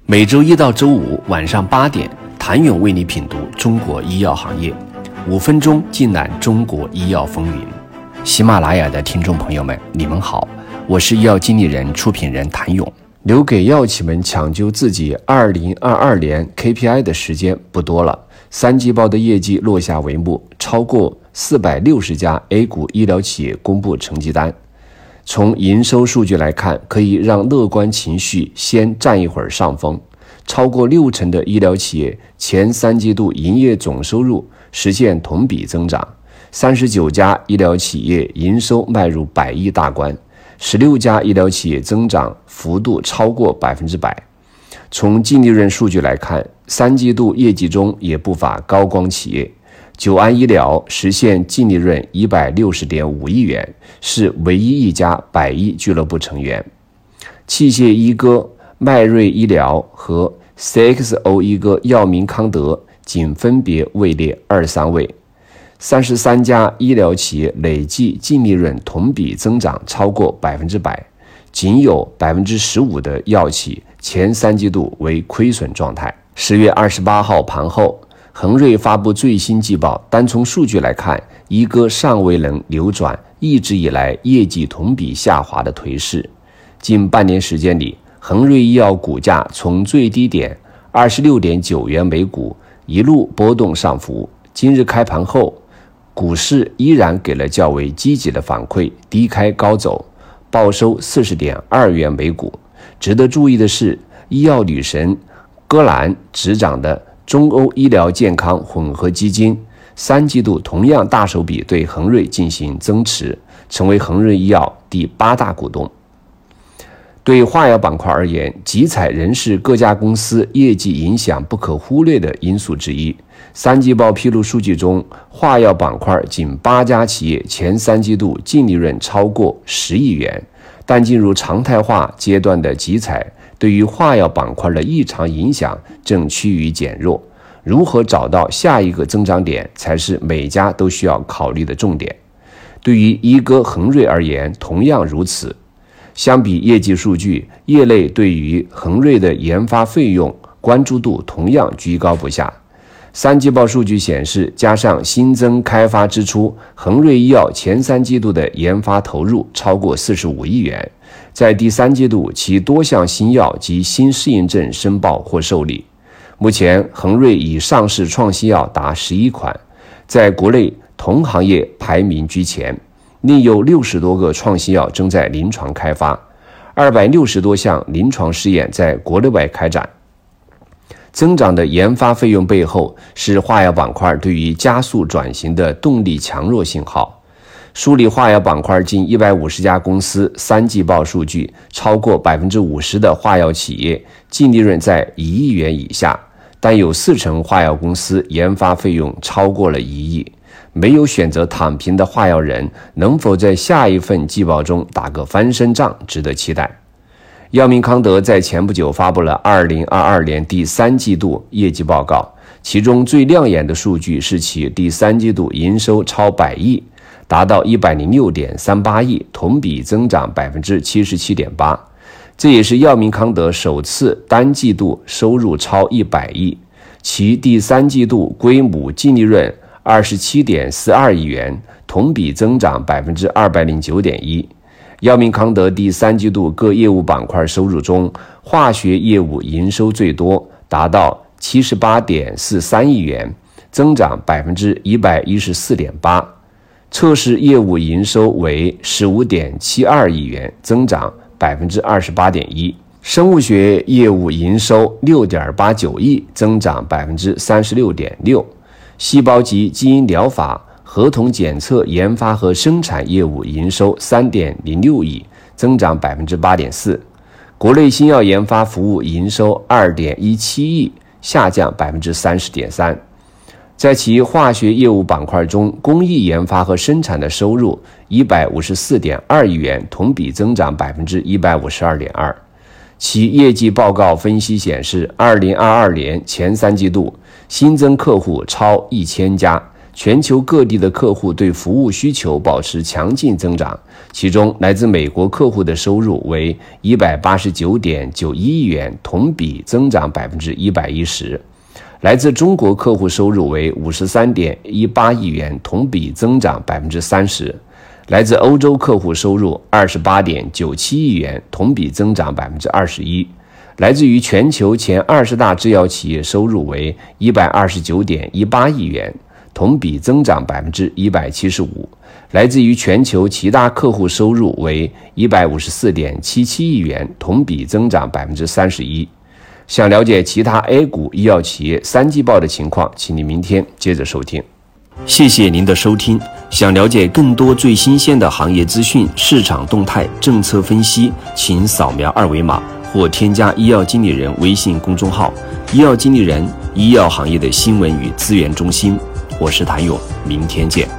每周一到周五晚上8点，谭勇为你品读中国医药行业，5分钟尽览中国医药风云。喜马拉雅的听众朋友们，你们好，我是医药经理人、出品人谭勇。留给药企们抢救自己2022年 KPI 的时间不多了，三季报的业绩落下帷幕，超过460家 A 股医疗企业公布成绩单。从营收数据来看，可以让乐观情绪先占一会儿上风。超过60%的医疗企业前3季度营业总收入实现同比增长，39家医疗企业营收迈入100亿大关，16家医疗企业增长幅度超过100%。从净利润数据来看，3季度业绩中也不乏高光企业。久安医疗实现净利润160.5亿元，是唯一一家100亿俱乐部成员。器械一哥迈瑞医疗和 CXO 一哥药明康德仅分别位列2、3位。33家医疗企业累计净利润同比增长超过100%，仅有15%的药企前3季度为亏损状态。10月28号盘后，恒瑞发布最新季报，单从数据来看，一哥尚未能扭转一直以来业绩同比下滑的颓势。近半年时间里，恒瑞医药股价从最低点26.9元每股一路波动上浮，今日开盘后，股市依然给了较为积极的反馈，低开高走，报收40.2元每股。值得注意的是，医药女神戈兰执掌的中欧医疗健康混合基金3季度同样大手笔对恒瑞进行增持，成为恒瑞医药第8大股东。对化药板块而言，集采仍是各家公司业绩影响不可忽略的因素之一。3季报披露数据中，化药板块仅8家企业前3季度净利润超过10亿元，但进入常态化阶段的集采对于化药板块的异常影响正趋于减弱，如何找到下一个增长点才是每家都需要考虑的重点。对于一哥恒瑞而言同样如此。相比业绩数据，业内对于恒瑞的研发费用关注度同样居高不下。3季报数据显示，加上新增开发支出，恒瑞医药前3季度的研发投入超过45亿元。在第3季度，其多项新药及新适应症申报或受理。目前，恒瑞已上市创新药达11款，在国内同行业排名居前。另有60多个创新药正在临床开发，260多项临床试验在国内外开展。增长的研发费用背后是化药板块对于加速转型的动力强弱信号。梳理化药板块近150家公司3季报数据，超过50%的化药企业净利润在1亿元以下，但有40%化药公司研发费用超过了1亿。没有选择躺平的化药人能否在下一份季报中打个翻身仗，值得期待。药明康德在前不久发布了2022年第3季度业绩报告，其中最亮眼的数据是其第3季度营收超100亿，达到106.38亿，同比增长77.8%。这也是药明康德首次单季度收入超100亿，其第3季度归母净利润27.42亿元，同比增长209.1%。药明康德第3季度各业务板块收入中，化学业务营收最多，达到78.43亿元，增长114.8%。测试业务营收为15.72亿元，增长28.1%。生物学业务营收6.89亿，增长36.6%。细胞及基因疗法、合同检测研发和生产业务营收3.06亿，增长8.4%。国内新药研发服务营收2.17亿，下降30.3%。在其化学业务板块中，工艺研发和生产的收入154.2亿元，同比增长152.2%。其业绩报告分析显示，2022年前3季度新增客户超1000家， 全球各地的客户对服务需求保持强劲增长，其中来自美国客户的收入为 189.91 亿元，同比增长 110%。来自中国客户收入为 53.18 亿元，同比增长 30%。来自欧洲客户收入 28.97 亿元，同比增长 21%。来自于全球前20大制药企业收入为 129.18 亿元，同比增长 175%。来自于全球其他客户收入为 154.77 亿元，同比增长 31%。想了解其他 A 股医药企业3季报的情况，请你明天接着收听。谢谢您的收听。想了解更多最新鲜的行业资讯、市场动态、政策分析，请扫描2维码或添加医药经理人微信公众号“医药经理人”，医药行业的新闻与资源中心。我是谭勇，明天见。